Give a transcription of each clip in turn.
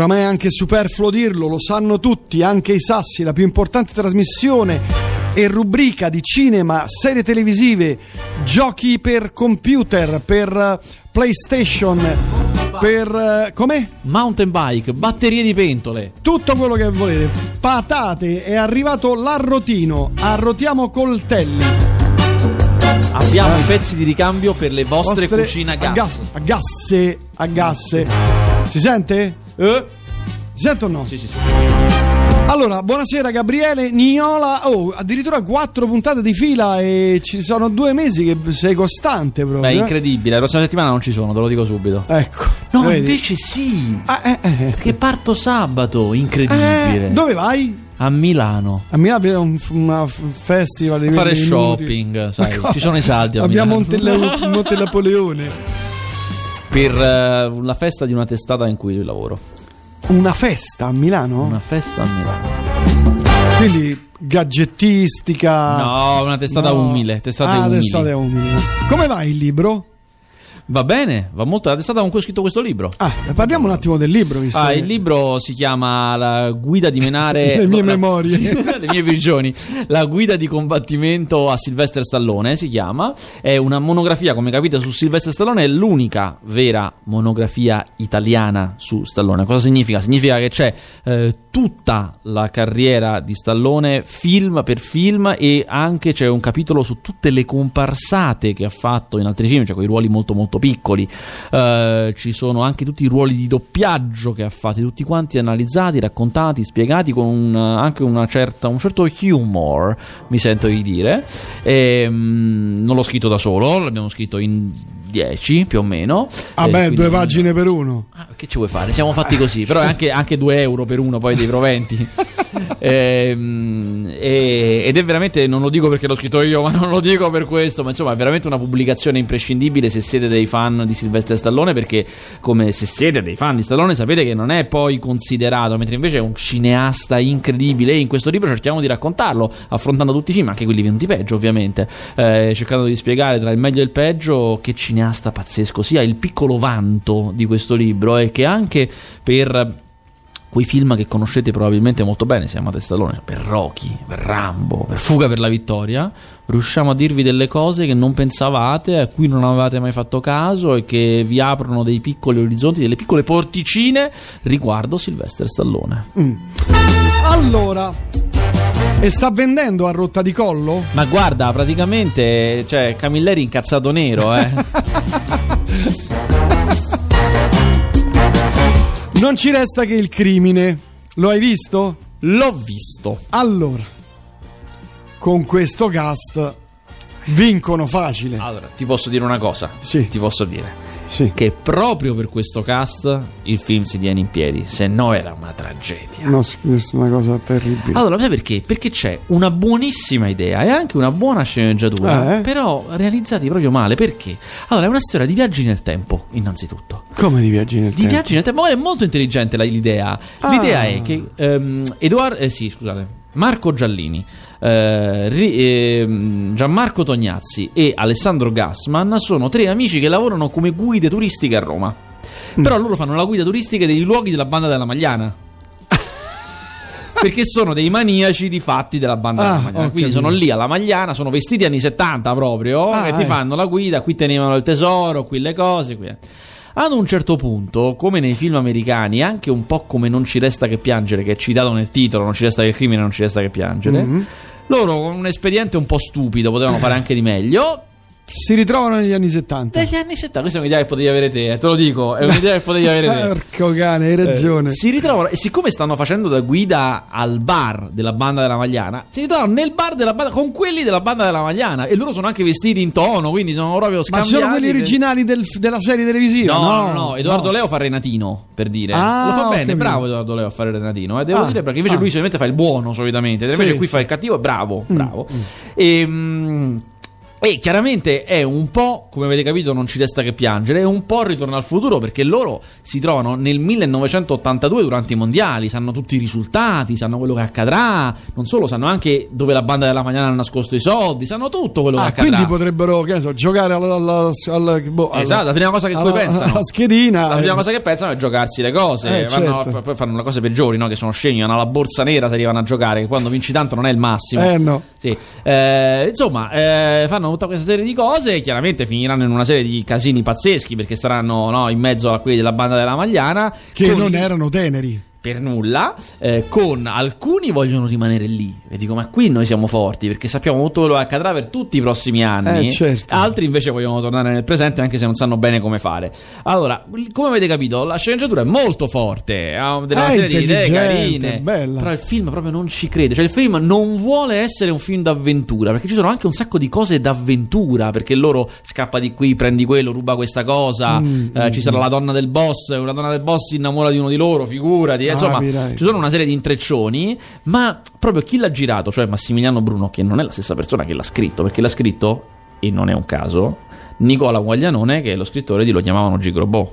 Oramai è anche superfluo dirlo, lo sanno tutti, anche i Sassi, la più importante trasmissione e rubrica di cinema, serie televisive, giochi per computer, per PlayStation, per com'è? Mountain bike, batterie di pentole, tutto quello che volete. Patate, è arrivato l'arrotino, arrotiamo coltelli. Abbiamo i pezzi di ricambio per le vostre cucine a gas. A gasse. Si sente? Si sente o no? Sì. Allora, buonasera Gabriele Niola. Oh, addirittura 4 puntate di fila e ci sono 2 mesi che sei costante proprio. Beh, incredibile. La prossima settimana non ci sono, te lo dico subito. Ecco. No, vedi? invece sì. Perché parto sabato, incredibile. Dove vai? A Milano. A Milano abbiamo un festival di fare shopping, sai, ci sono i saldi a abbiamo Milano. Monte Napoleone. Per la festa di una testata in cui lavoro. Una festa a Milano? Una festa a Milano. Quindi gadgettistica. No, una testata umile. Testate umili. Come va il libro? Va bene, va molto. La testata con cui ho scritto questo libro. Parliamo un attimo del libro. Il libro si chiama La guida di menare le mie memorie, le mie prigioni. La guida di combattimento a Sylvester Stallone si chiama. È una monografia, come capite, su Sylvester Stallone. È l'unica vera monografia italiana su Stallone. Cosa significa? Significa che c'è tutta la carriera di Stallone, film per film, e anche c'è un capitolo su tutte le comparsate che ha fatto in altri film, cioè quei ruoli molto molto piccoli. Ci sono anche tutti i ruoli di doppiaggio che ha fatto, tutti quanti analizzati, raccontati, spiegati con anche un certo humor, mi sento di dire. Non l'ho scritto da solo, l'abbiamo scritto in 10 più o meno. Quindi 2 pagine per uno. Che ci vuoi fare? Siamo fatti così. Però è anche 2 euro per uno poi dei proventi. Ed è veramente, non lo dico perché l'ho scritto io, ma non lo dico per questo, ma insomma è veramente una pubblicazione imprescindibile se siete dei fan di Sylvester Stallone, perché come se siete dei fan di Stallone sapete che non è poi considerato, mentre invece è un cineasta incredibile, e in questo libro cerchiamo di raccontarlo affrontando tutti i film, anche quelli venuti peggio ovviamente, cercando di spiegare tra il meglio e il peggio che cineasta pazzesco sia. Il piccolo vanto di questo libro è che anche per quei film che conoscete probabilmente molto bene, se amate Stallone, per Rocky, per Rambo, per Fuga per la vittoria, riusciamo a dirvi delle cose che non pensavate, a cui non avevate mai fatto caso, e che vi aprono dei piccoli orizzonti, delle piccole porticine riguardo Sylvester Stallone. Allora, e sta vendendo a rotta di collo? Ma guarda, praticamente, cioè, Camilleri incazzato nero, Non ci resta che il crimine. Lo hai visto? L'ho visto. Allora, con questo cast vincono facile. Allora, ti posso dire una cosa? Sì. Ti posso dire che proprio per questo cast il film si tiene in piedi, se no era una tragedia. No, una cosa terribile. Allora, sai perché? Perché c'è una buonissima idea e anche una buona sceneggiatura, però realizzati proprio male. Perché? Allora, è una storia di viaggi nel tempo, innanzitutto. Come di viaggi nel tempo? Di viaggi nel tempo, ma è molto intelligente l'idea. L'idea è che Marco Giallini, Gianmarco Tognazzi e Alessandro Gassman sono 3 amici che lavorano come guide turistiche a Roma. Però loro fanno la guida turistica dei luoghi della banda della Magliana. Perché sono dei maniaci di fatti della banda della Magliana. Quindi sono lì alla Magliana, sono vestiti anni 70 proprio, e ti fanno la guida, qui tenevano il tesoro, qui le cose, qui. Ad un certo punto, come nei film americani, anche un po' come Non ci resta che piangere, che è citato nel titolo, non ci resta che il crimine, non ci resta che piangere, loro con un espediente un po' stupido, potevano fare anche di meglio, si ritrovano negli anni 70. Negli anni 70, questa è un'idea che potevi avere te, te lo dico, è un'idea che potevi avere te. Porco cane, hai ragione. Si ritrovano, e siccome stanno facendo da guida al bar della banda della Magliana, si ritrovano nel bar della banda con quelli della banda della Magliana, e loro sono anche vestiti in tono, quindi sono proprio scambiati. Ma sono quelli originali della serie televisiva? No, Edoardo Leo fa Renatino, per dire. Lo fa bene, bravo Edoardo Leo a fare Renatino, devo dire, perché invece lui solitamente fa il buono, solitamente, invece qui fa il cattivo, bravo. E chiaramente è un po', come avete capito, non ci resta che piangere, è un po' Ritorno al futuro, perché loro si trovano nel 1982 durante i mondiali, sanno tutti i risultati, sanno quello che accadrà, non solo, sanno anche dove la banda della Magliana ha nascosto i soldi, sanno tutto quello che accadrà. Quindi potrebbero, che ne so, giocare esatto, la prima cosa che poi pensano, la schedina. La prima cosa che pensano è giocarsi le cose, poi fanno le cose peggiori, no? Che sono scemi, hanno la borsa nera se arrivano a giocare, che quando vinci tanto non è il massimo. No. Sì. Insomma, fanno tutta questa serie di cose, chiaramente finiranno in una serie di casini pazzeschi, perché staranno, no, in mezzo a quelli della banda della Magliana, che non erano teneri per nulla, con alcuni vogliono rimanere lì, e dico, ma qui noi siamo forti perché sappiamo tutto quello che accadrà per tutti i prossimi anni, certo. Altri invece vogliono tornare nel presente anche se non sanno bene come fare. Allora, come avete capito, la sceneggiatura è molto forte, ha una serie di idee carine, bella. Però il film proprio non ci crede, cioè il film non vuole essere un film d'avventura, perché ci sono anche un sacco di cose d'avventura, perché loro scappa di qui, prendi quello, ruba questa cosa, ci sarà la donna del boss, una donna del boss si innamora di uno di loro, figurati. Insomma, ci sono una serie di intreccioni, ma proprio chi l'ha girato, cioè Massimiliano Bruno, che non è la stessa persona che l'ha scritto, perché l'ha scritto, e non è un caso, Nicola Guaglianone, che è lo scrittore di Lo chiamavano Gigrobò.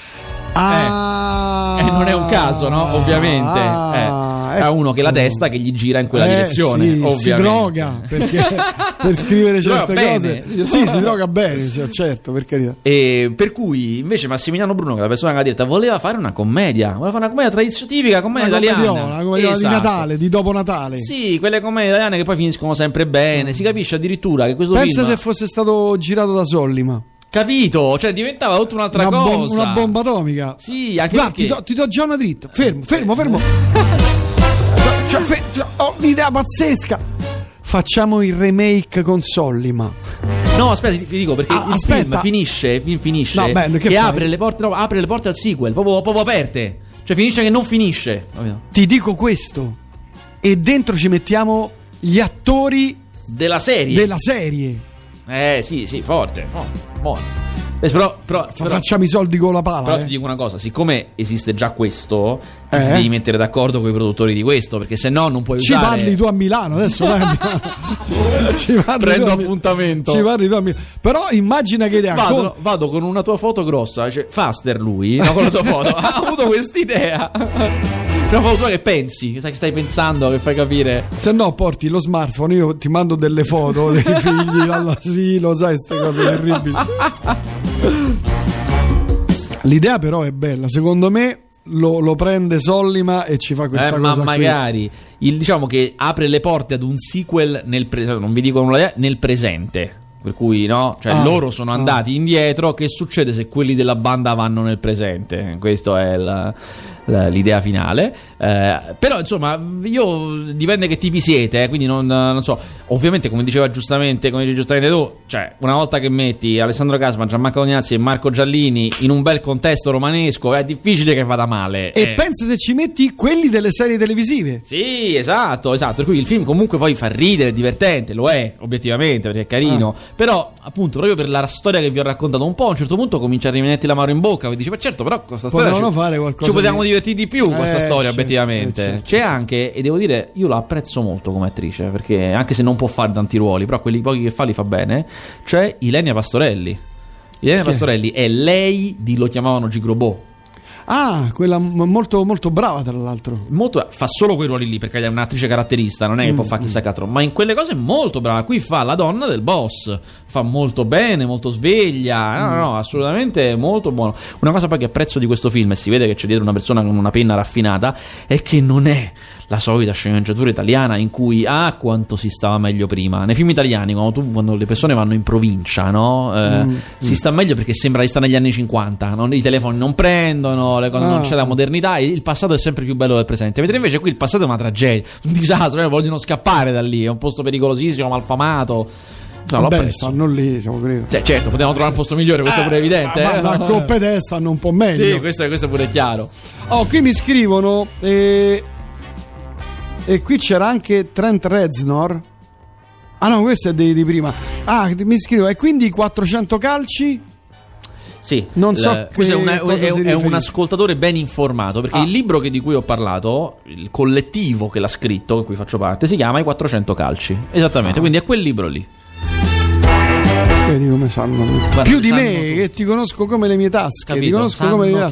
Non è un caso, no? Ovviamente. È uno che la testa che gli gira in quella direzione. Sì, ovviamente. Si droga perché per scrivere certe cose. Si droga bene, certo, per carità. E per cui invece Massimiliano Bruno, che è la persona che l'ha detta, voleva fare una commedia. Tipica commedia italiana. Una commedia di Natale, di dopo Natale. Sì, quelle commedie italiane che poi finiscono sempre bene. Si capisce addirittura che questo Pensa film, se fosse stato girato da Sollima. Capito? Cioè diventava tutta un'altra cosa. Una bomba atomica. Sì, anche guarda, perché ti do già una dritta. Fermo. Ho un'idea pazzesca. Facciamo il remake con Sollima. No, aspetta, ti dico, perché il film finisce no, beh, che apre le porte al sequel, proprio aperte. Cioè finisce che non finisce. Ti dico questo. E dentro ci mettiamo gli attori della serie. Sì, forte, buono. Però facciamo i soldi con la pala. Però ti dico una cosa, siccome esiste già questo, ti devi mettere d'accordo con i produttori di questo, perché se no non puoi usare. Ci parli tu a Milano adesso. Prendo appuntamento. Ci parli tu a Milano. Però immagina che idea. Vado con una tua foto grossa, cioè Faster lui, no, con la tua foto ha avuto quest'idea. Una foto tua che pensi, che stai pensando, che fai capire. Se no porti lo smartphone, io ti mando delle foto dei figli dall'asilo, sai, queste cose terribili. L'idea però è bella, secondo me lo prende Sollima e ci fa questa cosa. Ma magari diciamo che apre le porte ad un sequel non vi dico nulla, nel presente. Per cui no, cioè loro sono andati indietro. Che succede se quelli della banda vanno nel presente? Questo è l'idea finale. Però insomma, dipende che tipi siete, quindi non so. Ovviamente, come dici giustamente tu, cioè una volta che metti Alessandro Casma, Gianmarco Tognazzi e Marco Giallini in un bel contesto romanesco, è difficile che vada male. E pensa se ci metti quelli delle serie televisive. Sì, esatto. Per cui il film comunque poi fa ridere, è divertente, lo è obiettivamente, perché è carino. Però appunto proprio per la storia che vi ho raccontato un po', a un certo punto comincia a rimanetti l'amaro in bocca, e dici, ma certo, però questa storia ci potevamo divertire di più, questa storia, obiettivamente. C'è anche, e devo dire, io la apprezzo molto come attrice, perché anche se non può fare tanti ruoli, però quelli pochi che fa li fa bene. C'è Ilenia Pastorelli. Pastorelli è lei di Lo chiamavano Gigrobò. Quella molto molto brava, tra l'altro. Fa solo quei ruoli lì, perché è un'attrice caratterista, non è che può fare chissà che altro, ma in quelle cose è molto brava. Qui fa la donna del boss, fa molto bene, molto sveglia. No, assolutamente molto buono. Una cosa poi che apprezzo di questo film, e si vede che c'è dietro una persona con una penna raffinata, è che non è la solita sceneggiatura italiana in cui quanto si stava meglio prima. Nei film italiani, quando le persone vanno in provincia, no? Si sta meglio perché sembra di stare negli anni 50, no? I telefoni non prendono, le cose, non c'è la modernità, il passato è sempre più bello del presente. Mentre invece qui il passato è una tragedia, un disastro, vogliono scappare da lì, è un posto pericolosissimo, malfamato. Stanno lì, credo. Certo, potevano trovare un posto migliore, questo pure è evidente. Ma a coppe te stanno un po' meglio. Sì, questo pure è chiaro. Qui mi scrivono e qui c'era anche Trent Reznor. No, questo è di prima. Mi scrivo, e quindi 400 calci? Sì, non so. Questo è un ascoltatore ben informato, perché il libro di cui ho parlato, il collettivo che l'ha scritto, di cui faccio parte, si chiama I 400 calci. Esattamente, quindi è quel libro lì. Vedi come sanno tutto. Guarda, Più di sanno me, tutto. che ti conosco come le mie tasche. Capito? Ti conosco come le mie tasche.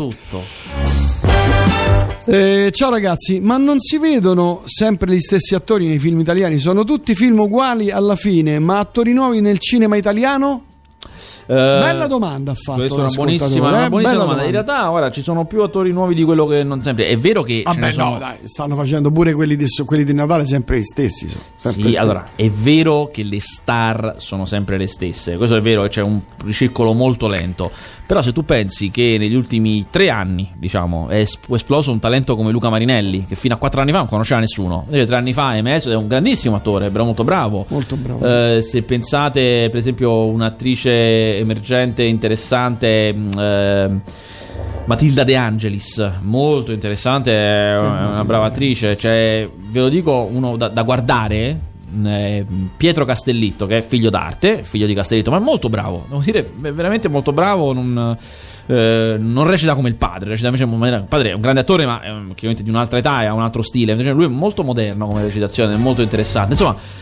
Tutto. Ciao ragazzi, ma non si vedono sempre gli stessi attori nei film italiani? Sono tutti film uguali alla fine, ma attori nuovi nel cinema italiano? Bella domanda ha fatto. Questa è una buonissima domanda. In realtà, guarda, ci sono più attori nuovi di quello che non sempre. È vero che vabbè, no, dai, stanno facendo pure quelli di Natale sempre gli stessi. Allora, è vero che le star sono sempre le stesse. Questo è vero, c'è un ricircolo molto lento. Però se tu pensi che negli ultimi 3 anni, diciamo, è esploso un talento come Luca Marinelli, che fino a 4 anni fa non conosceva nessuno, invece 3 anni fa è emerso, è un grandissimo attore, però molto bravo. Molto bravo. Se pensate, per esempio, un'attrice emergente interessante, Matilda De Angelis, molto interessante, è una brava attrice. Cioè, ve lo dico, uno da guardare. Pietro Castellitto, che è figlio d'arte, figlio di Castellitto, ma è molto bravo, devo dire, veramente molto bravo. Non recita come il padre, recita invece in maniera. Il padre è un grande attore, ma chiaramente di un'altra età e ha un altro stile. Invece lui è molto moderno come recitazione, è molto interessante. Insomma,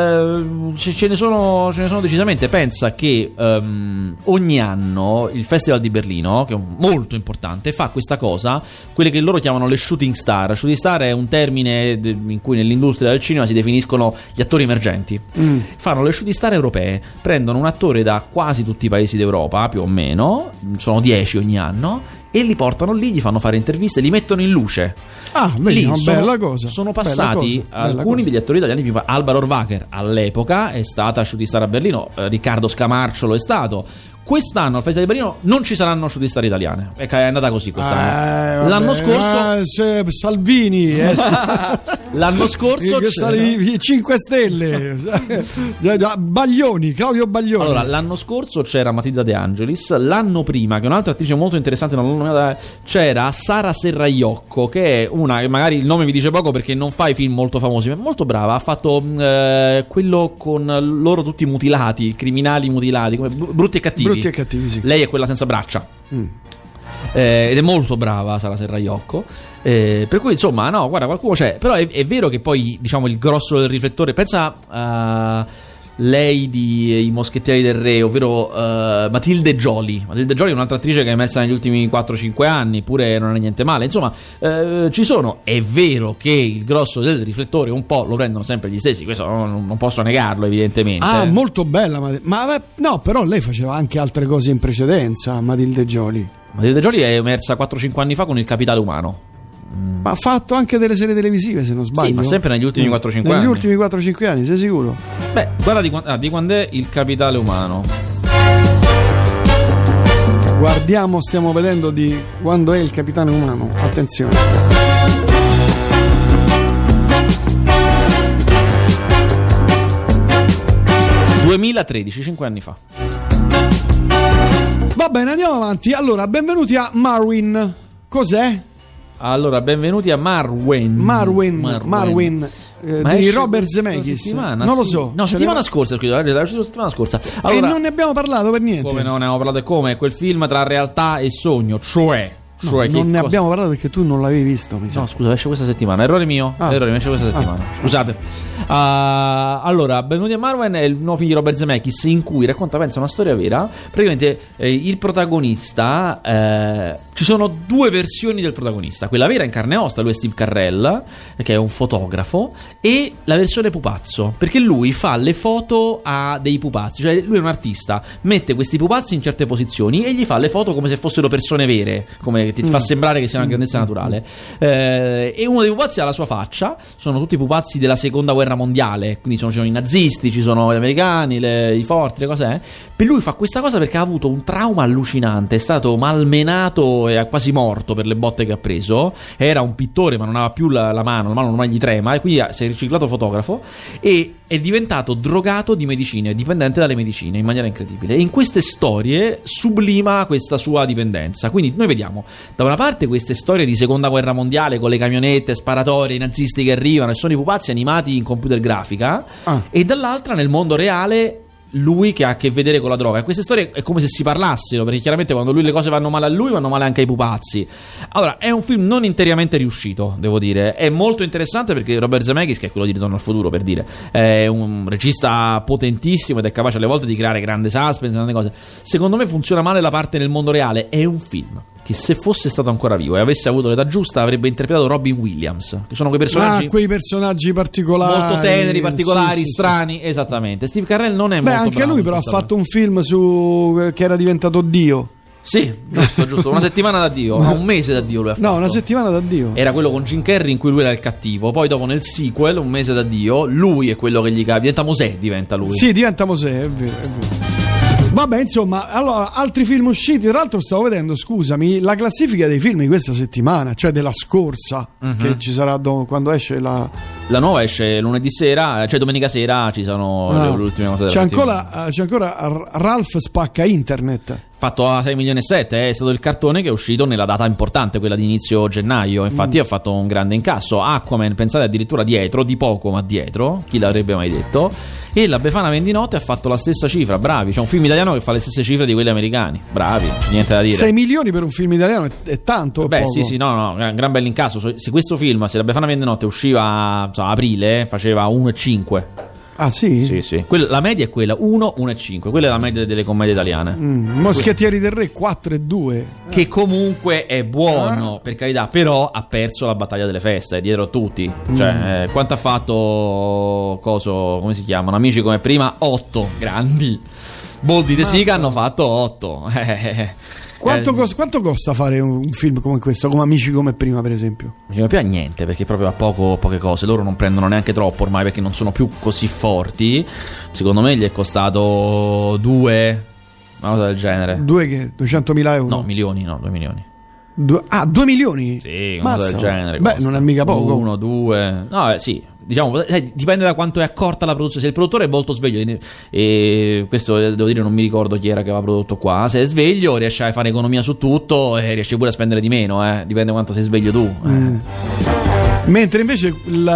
ce ne sono decisamente. Pensa che ogni anno il Festival di Berlino, che è molto importante, fa questa cosa, quelle che loro chiamano le shooting star. Shooting star è un termine in cui nell'industria del cinema si definiscono gli attori emergenti. Fanno le shooting star europee, prendono un attore da quasi tutti i paesi d'Europa, più o meno, sono 10 ogni anno, e li portano lì, gli fanno fare interviste, li mettono in luce. Lì bella cosa. Sono passati alcuni degli attori italiani prima. Alba Rohrwacher all'epoca è stata shooting star a Berlino, Riccardo Scamarcio lo è stato. Quest'anno al Festival di Berlino non ci saranno shooting star italiane. È andata così quest'anno. L'anno scorso Salvini l'anno scorso i 5 Stelle Baglioni, Claudio Baglioni. Allora, l'anno scorso c'era Matilda De Angelis. L'anno prima, che è un'altra attrice molto interessante, non l'ho nominata, c'era Sara Serraiocco, che è una che magari il nome vi dice poco perché non fa i film molto famosi, ma è molto brava. Ha fatto quello con loro tutti mutilati, criminali mutilati, come Brutti e Cattivi. Brutti e Cattivi, sì. Lei è quella senza braccia. Ed è molto brava Sara Serraiocco. Per cui insomma, no, guarda, qualcuno c'è. Però è vero che poi, diciamo, il grosso del riflettore, pensa a lei di I Moschettieri del Re, ovvero Matilde Joly. Matilde Joly è un'altra attrice che è emersa negli ultimi 4-5 anni, pure non è niente male. Insomma, ci sono. È vero che il grosso del riflettore un po' lo prendono sempre gli stessi, questo non posso negarlo, evidentemente. Molto bella, ma no, però lei faceva anche altre cose in precedenza, Matilde Joly. Matilde Joly è emersa 4-5 anni fa con Il Capitale Umano. Ma ha fatto anche delle serie televisive, se non sbaglio. Sì, ma sempre negli ultimi 4-5 anni. Negli ultimi 4-5 anni, sei sicuro? Beh, guarda di quando è Il Capitale Umano. Guardiamo, stiamo vedendo di quando è Il Capitale Umano. Attenzione. ...2013, 5 anni fa. Va bene, andiamo avanti. Allora, benvenuti a Marwen. Cos'è? Allora, benvenuti a Marwen di Robert Zemeckis. Non lo so. No, settimana scorsa, settimana scorsa. Allora, e non ne abbiamo parlato per niente. Come non ne abbiamo parlato? E come? Quel film tra realtà e sogno, cioè non ne abbiamo parlato perché tu non l'avevi visto, mi sa. No, scusa, esce questa settimana. Errore mio. Esce questa settimana. Scusate. Allora, benvenuti a Marwen è il nuovo film di Robert Zemeckis, in cui racconta, pensa, una storia vera. Praticamente il protagonista, ci sono 2 versioni del protagonista. Quella vera in carne e osta, lui è Steve Carell, che è un fotografo, e la versione pupazzo, perché lui fa le foto a dei pupazzi. Cioè lui è un artista, mette questi pupazzi in certe posizioni e gli fa le foto come se fossero persone vere, come ti fa sembrare che sia una grandezza naturale. E uno dei pupazzi ha la sua faccia. Sono tutti pupazzi della seconda guerra mondiale, quindi ci sono i nazisti, ci sono gli americani, i forti, le cose. Per lui fa questa cosa perché ha avuto un trauma allucinante, è stato malmenato e è quasi morto per le botte che ha preso. Era un pittore ma non aveva più la mano ormai gli trema, e quindi si è riciclato fotografo e è diventato drogato di medicine, dipendente dalle medicine in maniera incredibile. E in queste storie sublima questa sua dipendenza. Quindi noi vediamo da una parte queste storie di seconda guerra mondiale con le camionette, sparatorie, i nazisti che arrivano e sono i pupazzi animati in computer grafica, e dall'altra nel mondo reale lui che ha a che vedere con la droga, e queste storie è come se si parlassero, perché chiaramente quando le cose vanno male a lui vanno male anche ai pupazzi. Allora è un film non interiamente riuscito, devo dire, è molto interessante perché Robert Zemeckis, che è quello di Ritorno al futuro, per dire, è un regista potentissimo ed è capace alle volte di creare grande suspense, grandi cose. Secondo me funziona male la parte nel mondo reale. È un film che se fosse stato ancora vivo e avesse avuto l'età giusta avrebbe interpretato Robin Williams, che sono quei personaggi particolari, molto teneri, particolari, strani, sì. Esattamente. Steve Carell non è molto anche bravo, lui però ha fatto un film che era diventato Dio. Sì, giusto, una settimana da Dio, un mese da Dio lui ha fatto. No, una settimana da Dio. Era quello con Jim Carrey in cui lui era il cattivo. Poi dopo nel sequel, un mese da Dio, lui è quello che gli diventa Mosè, diventa lui. Sì, diventa Mosè, è vero. Vabbè, insomma, allora, altri film usciti. Tra l'altro stavo vedendo, scusami, la classifica dei film di questa settimana, cioè della scorsa, che ci sarà quando esce la nuova esce lunedì sera, cioè domenica sera ci sono le ultime cose della settimana. C'è ancora Ralph spacca internet. Fatto a 6 milioni e 7, è stato il cartone che è uscito nella data importante, quella di inizio gennaio. Infatti ha fatto un grande incasso. Aquaman, pensate, addirittura dietro, di poco ma dietro, chi l'avrebbe mai detto. E La Befana Vendinotte ha fatto la stessa cifra, bravi. C'è un film italiano che fa le stesse cifre di quelli americani, bravi, c'è niente da dire. 6 milioni per un film italiano è tanto? Beh, poco? sì, no, gran bel incasso. Se questo film, se La Befana Vendinotte usciva a aprile, faceva 1,5. Ah, sì? Sì. La media è quella 1,5. Quella è la media delle commedie italiane. Moschettieri del Re 4,2. Che comunque è buono, per carità, però ha perso la battaglia delle feste, è dietro a tutti. Cioè, quanto ha fatto come si chiamano? Amici come prima? 8 grandi. Boldi De Sica hanno fatto 8. Quanto costa fare un film come questo, come Amici come prima, per esempio? Non più a niente, perché proprio a poche cose. Loro non prendono neanche troppo ormai, perché non sono più così forti. Secondo me gli è costato 2, una cosa del genere. 200.000 euro? No, milioni, no, 2 milioni. 2 milioni? Sì, una cosa del genere. Beh, non è mica poco. 1, 2. No, sì. Diciamo, dipende da quanto è accorta la produzione. Se il produttore è molto sveglio, e questo devo dire, non mi ricordo chi era che aveva prodotto qua. Se è sveglio, riesce a fare economia su tutto e riesce pure a spendere di meno. Dipende quanto sei sveglio tu. Mentre invece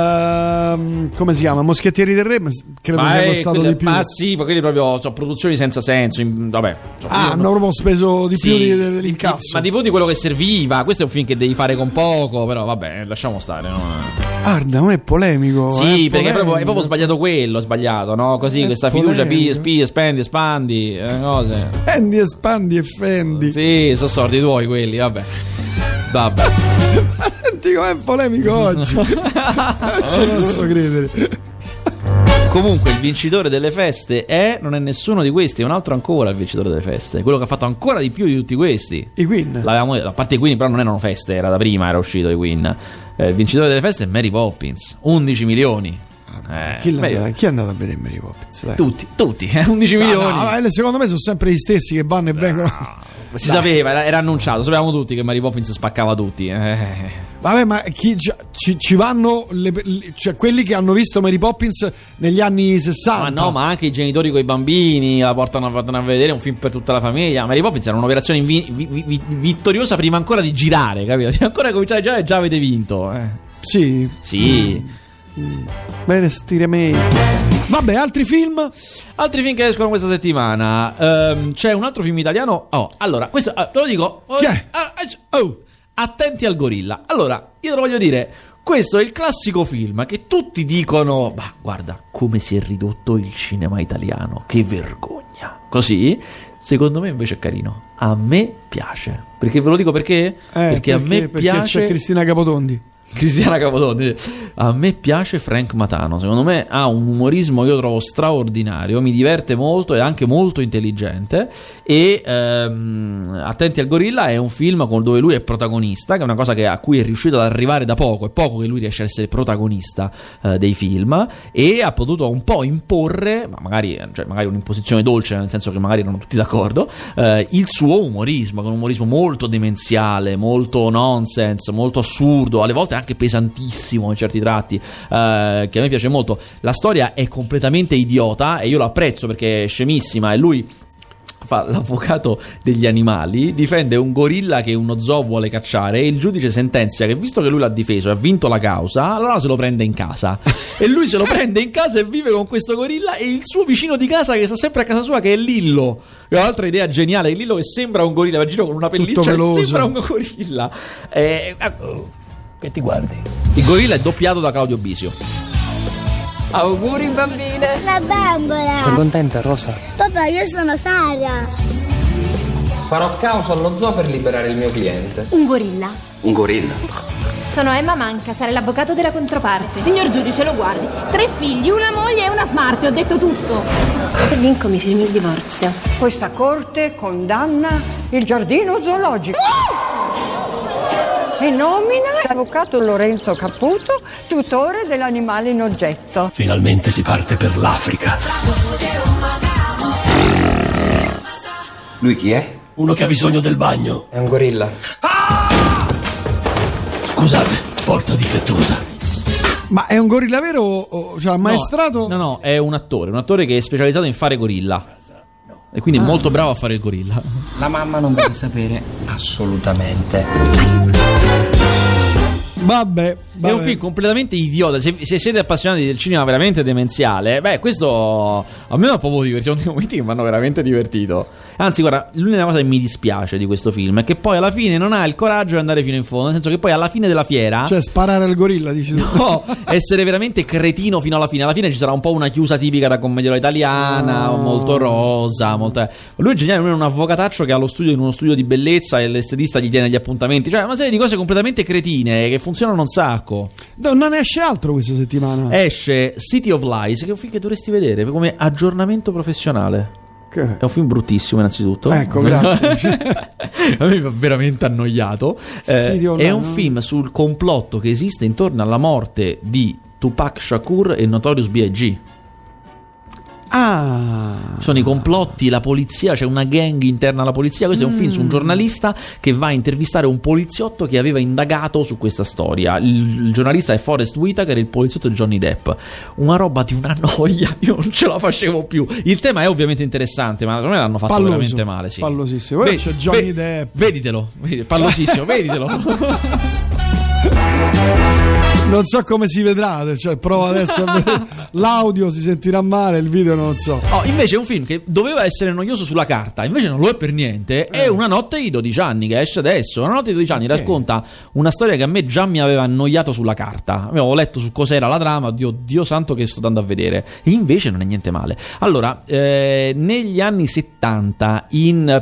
come si chiama? Moschettieri del Re, credo sia costato di più. Ma sì, quelli proprio sono produzioni senza senso. Vabbè. Hanno proprio speso di più dell'incasso. Ma di più di quello che serviva. Questo è un film che devi fare con poco. Però vabbè, lasciamo stare. Guarda, non è polemico. Sì, perché è proprio sbagliato quello, sbagliato, no? Così è questa fiducia, spendi, espandi, cose. Spendi, espandi e fendi. Sì, sono sordi tuoi quelli, vabbè. Senti com'è polemico oggi. Non ci posso credere. Comunque il vincitore delle feste non è nessuno di questi, è un altro ancora il vincitore delle feste, quello che ha fatto ancora di più di tutti questi. I Queen. A parte i Queen, però non erano feste, era da prima, era uscito i Queen. Il vincitore delle feste è Mary Poppins, 11 milioni. Chi è andato a vedere Mary Poppins? Tutti, 11 milioni. No, secondo me sono sempre gli stessi che vanno e vengono. Si sapeva, era annunciato, sapevamo tutti che Mary Poppins spaccava tutti. Vabbè, ma ci vanno cioè quelli che hanno visto Mary Poppins negli anni 60. Ma no, ma anche i genitori con i bambini la portano a vedere, un film per tutta la famiglia. Mary Poppins era un'operazione vittoriosa prima ancora di girare, capito? Prima ancora cominciare a girare già avete vinto. Sì. Bene, sti remake. Vabbè, altri film che escono questa settimana. C'è un altro film italiano. Allora, questo te lo dico. Chi è? Attenti al gorilla. Allora, io te lo voglio dire. Questo è il classico film che tutti dicono: ma guarda come si è ridotto il cinema italiano, che vergogna. Così, secondo me invece è carino. A me piace. Perché ve lo dico perché? Perché a me piace. C'è Cristina Capotondi. A me piace Frank Matano, secondo me ha un umorismo che io trovo straordinario, mi diverte molto, è anche molto intelligente. E Attenti al gorilla è un film dove lui è protagonista, che è una cosa a cui è riuscito ad arrivare da poco, è poco che lui riesce a essere protagonista dei film, e ha potuto un po' imporre, ma magari un'imposizione dolce, nel senso che magari erano tutti d'accordo, il suo umorismo, che è un umorismo molto demenziale, molto nonsense, molto assurdo, alle volte anche pesantissimo in certi tratti, che a me piace molto. La storia è completamente idiota e io lo apprezzo perché è scemissima, e lui fa l'avvocato degli animali, difende un gorilla che uno zoo vuole cacciare e il giudice sentenzia che visto che lui l'ha difeso e ha vinto la causa, allora se lo prende in casa. E lui se lo prende in casa e vive con questo gorilla e il suo vicino di casa che sta sempre a casa sua, che è Lillo. È un'altra idea geniale, Lillo che sembra un gorilla, va in giro con una pelliccia, sembra un gorilla. Che ti guardi? Il gorilla è doppiato da Claudio Bisio. Auguri bambine. La bambola. Sei contenta, Rosa? Papà, io sono Sara. Farò causa allo zoo per liberare il mio cliente. Un gorilla. Un gorilla? Sono Emma Manca, sarei l'avvocato della controparte. Signor giudice, lo guardi. 3 figli, una moglie e una smart, ho detto tutto. Se vinco mi firmi il divorzio. Questa corte condanna il giardino zoologico. E nomina l'avvocato Lorenzo Caputo, tutore dell'animale in oggetto. Finalmente si parte per l'Africa. Lui chi è? Uno che ha bisogno del bagno. È un gorilla. Scusate, porta difettosa. Ma è un gorilla vero o cioè ammaestrato? No, è un attore che è specializzato in fare gorilla. E quindi è molto bravo a fare il gorilla. La mamma non deve sapere assolutamente. Vabbè. È un film completamente idiota. Se siete appassionati del cinema veramente demenziale, questo a me mi ha proprio divertito. Sono dei momenti che mi hanno veramente divertito. Anzi, guarda, l'unica cosa che mi dispiace di questo film è che poi alla fine non ha il coraggio di andare fino in fondo. Nel senso che poi alla fine della fiera, cioè sparare al gorilla, dici tu? no, essere veramente cretino fino alla fine. Alla fine ci sarà un po' una chiusa tipica da commediola italiana, molto rosa, molto... Lui è geniale, lui è un avvocataccio che ha lo studio in uno studio di bellezza e l'estetista gli tiene gli appuntamenti. Cioè una serie di cose completamente cretine che funzionano un sacco. No, non esce altro questa settimana. Esce City of Lies, che è un film che dovresti vedere come aggiornamento professionale. È un film bruttissimo innanzitutto. Ecco, grazie. A me mi ha veramente annoiato. È un film sul complotto che esiste intorno alla morte di Tupac Shakur e Notorious B.I.G. Sono i complotti, la polizia, c'è una gang interna alla polizia. Questo è un film su un giornalista che va a intervistare un poliziotto che aveva indagato su questa storia. Il giornalista è Forest Whitaker e il poliziotto è Johnny Depp. Una roba di una noia, io non ce la facevo più. Il tema è ovviamente interessante, ma secondo me l'hanno fatto veramente male, sì. Pallosissimo. C'è Johnny Depp. Veditelo, pallosissimo, veditelo. Non so come si vedrà, cioè provo adesso a vedere. L'audio si sentirà male, il video non so. Invece è un film che doveva essere noioso sulla carta, invece non lo è per niente. È Una notte di 12 anni che esce adesso. Una notte di 12 anni racconta una storia che a me già mi aveva annoiato sulla carta. Avevo letto su cos'era la trama, Dio santo che sto andando a vedere. E invece non è niente male. Allora, negli anni 70 in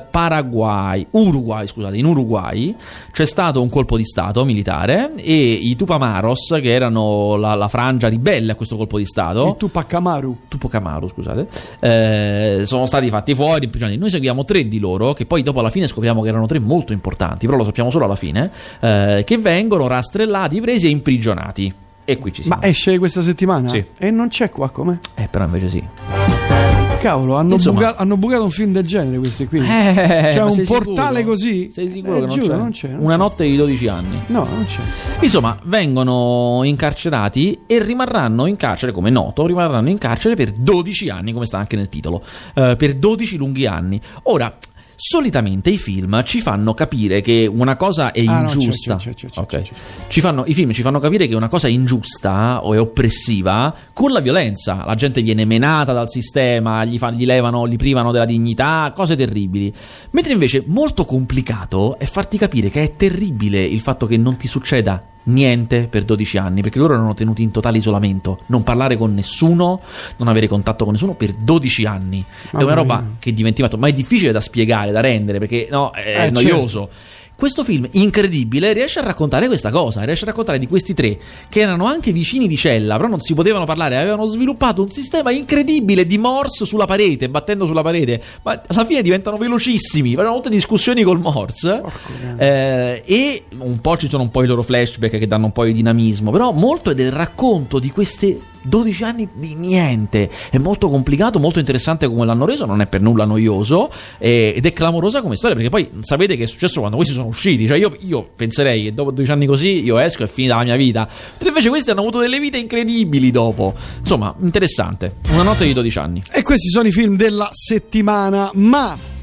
Uruguay c'è stato un colpo di stato militare e i Tupamaros, che erano la frangia ribelle a questo colpo di stato, il Tupac Amaru, scusate, sono stati fatti fuori, imprigionati. Noi seguiamo 3 di loro, che poi dopo alla fine scopriamo che erano 3 molto importanti, però lo sappiamo solo alla fine, che vengono rastrellati, presi e imprigionati. E qui ci siamo. Ma esce questa settimana? Sì. E non c'è qua, com'è? Però invece sì. Cavolo, hanno bucato un film del genere questi qui. C'è un portale sicuro? Così? Sei sicuro che giuro, non c'è? Non Una c'è. notte di 12 anni. No, non c'è. Insomma, vengono incarcerati e rimarranno in carcere, come è noto, rimarranno in carcere per 12 anni, come sta anche nel titolo, per 12 lunghi anni. Ora, solitamente i film ci fanno capire che una cosa è ingiusta. I film ci fanno capire che una cosa è ingiusta o è oppressiva con la violenza. La gente viene menata dal sistema, gli privano della dignità, cose terribili. Mentre invece molto complicato è farti capire che è terribile il fatto che non ti succeda niente per 12 anni, perché loro erano tenuti in totale isolamento, non parlare con nessuno, non avere contatto con nessuno per 12 anni. È una roba che diventa, ma è difficile da spiegare, da rendere, perché è noioso. Certo. Questo film incredibile riesce a raccontare questa cosa, riesce a raccontare di questi 3 che erano anche vicini di cella, però non si potevano parlare, avevano sviluppato un sistema incredibile di Morse sulla parete, battendo sulla parete, ma alla fine diventano velocissimi, facevano tutte discussioni col Morse, e un po' ci sono un po' i loro flashback che danno un po' di dinamismo, però molto è del racconto di queste 12 anni di niente. È molto complicato, molto interessante come l'hanno reso, non è per nulla noioso, ed è clamorosa come storia, perché poi sapete che è successo quando questi sono usciti. Cioè io penserei che dopo 12 anni così io esco e è finita la mia vita, invece questi hanno avuto delle vite incredibili dopo. Insomma, interessante. Una notte di 12 anni. E questi sono i film della settimana, ma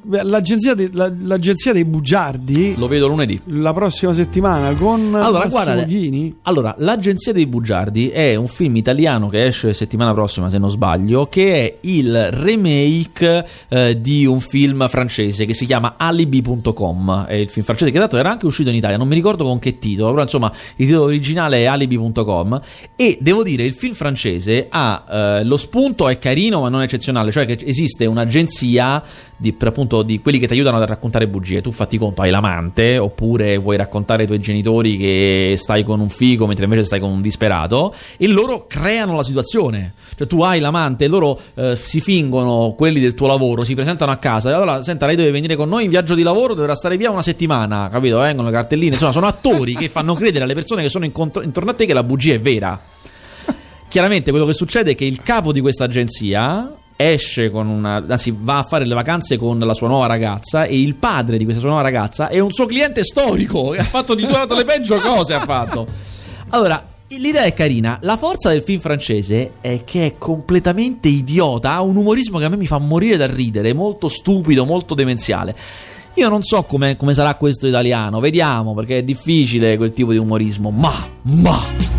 l'agenzia dei bugiardi Lo vedo lunedì. la prossima settimana con Allora, Massimo guarda, Ghini. allora, l'Agenzia dei Bugiardi è un film italiano che esce settimana prossima, se non sbaglio, che è il remake di un film francese che si chiama Alibi.com. È il film francese che dato era anche uscito in Italia, non mi ricordo con che titolo, però insomma il titolo originale è Alibi.com. E devo dire, il film francese ha lo spunto è carino ma non eccezionale, cioè che esiste un'agenzia per appunto di quelli che ti aiutano a raccontare bugie. Tu fatti conto, hai l'amante, oppure vuoi raccontare ai tuoi genitori che stai con un figo mentre invece stai con un disperato, e loro creano la situazione. Cioè tu hai l'amante e loro si fingono quelli del tuo lavoro, si presentano a casa e allora, senta, lei deve venire con noi in viaggio di lavoro, dovrà stare via una settimana, capito? Vengono le cartelline, insomma sono attori che fanno credere alle persone che sono intorno a te che la bugia è vera. Chiaramente quello che succede è che il capo di questa agenzia esce va a fare le vacanze con la sua nuova ragazza, e il padre di questa sua nuova ragazza è un suo cliente storico che ha fatto di tutte le peggio cose, ha fatto. Allora, l'idea è carina, la forza del film francese è che è completamente idiota, ha un umorismo che a me mi fa morire da ridere, molto stupido, molto demenziale. Io non so come sarà questo italiano, vediamo, perché è difficile quel tipo di umorismo, ma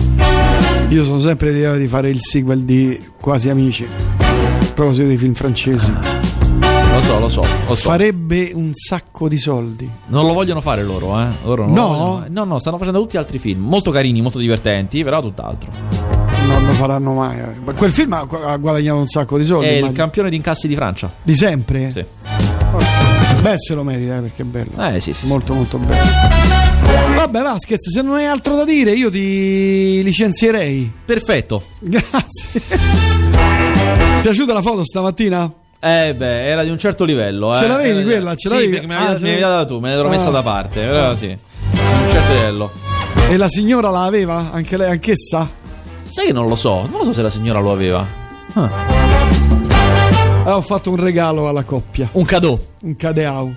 Io sono sempre l'idea di fare il sequel di Quasi Amici, a proposito dei film francesi. Lo so. Farebbe un sacco di soldi. Non lo vogliono fare loro, Loro No? No, stanno facendo tutti altri film, molto carini, molto divertenti, però tutt'altro. Non lo faranno mai. Ma quel film ha guadagnato un sacco di soldi. È il immagino. campione di incassi di Francia. Di sempre? Sì. Beh, se lo merita, perché è bello. Sì. Molto molto bello. Vabbè, Vasquez, se non hai altro da dire io ti licenzierei. Perfetto. Grazie. Piaciuta la foto stamattina? Era di un certo livello. Ce l'avevi quella? Sì, l'avevi? perché me l'avevi data tu, me l'ero messa da parte. Però sì, di un certo livello. E la signora la aveva? Anche lei, anch'essa? Sai che non lo so se la signora lo aveva. Ho fatto un regalo alla coppia. Un cadeau. Un cadeau.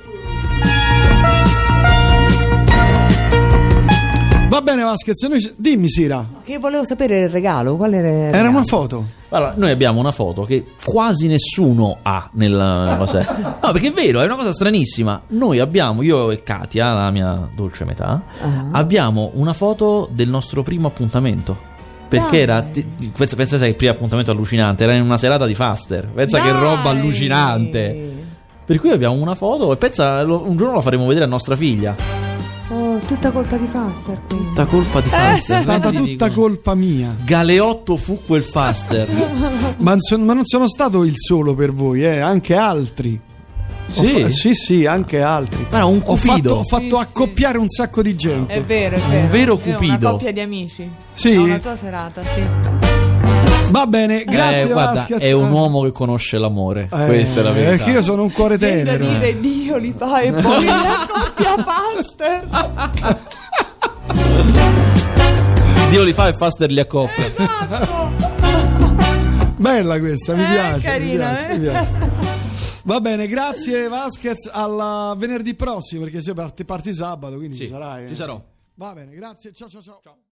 Va bene, Vasquez, dimmi, Sira. Che volevo sapere il regalo, qual era il regalo? Era una foto. Allora, noi abbiamo una foto che quasi nessuno ha nella cosa. No, perché è vero, è una cosa stranissima. Noi abbiamo, io e Katia, la mia dolce metà, abbiamo una foto del nostro primo appuntamento. Perché pensa che il primo appuntamento allucinante era in una serata di Faster. Pensa che roba allucinante. Per cui abbiamo una foto e pensa un giorno la faremo vedere a nostra figlia. Oh, tutta colpa di Faster. Tutta colpa di Faster. È stata tutta colpa mia. Galeotto fu quel Faster. ma non sono stato il solo per voi, anche altri. Sì, anche altri. Ma un cupido. Ho fatto accoppiare un sacco di gente. È vero. Un vero cupido. Una coppia di amici. Sì. Una tua serata, sì. Va bene, grazie. Guarda, Vasquez. è un uomo che conosce l'amore. Questa è la verità. Perché io sono un cuore tenero. Da dire Dio li fa e poi la coppia Faster. Dio li fa e Faster li accoppia. Esatto. Bella questa, mi piace. Carina, mi piace. Va bene, grazie Vasquez, al venerdì prossimo, perché se parti sabato, quindi ci sarai. Ci sarò. Va bene, grazie, ciao.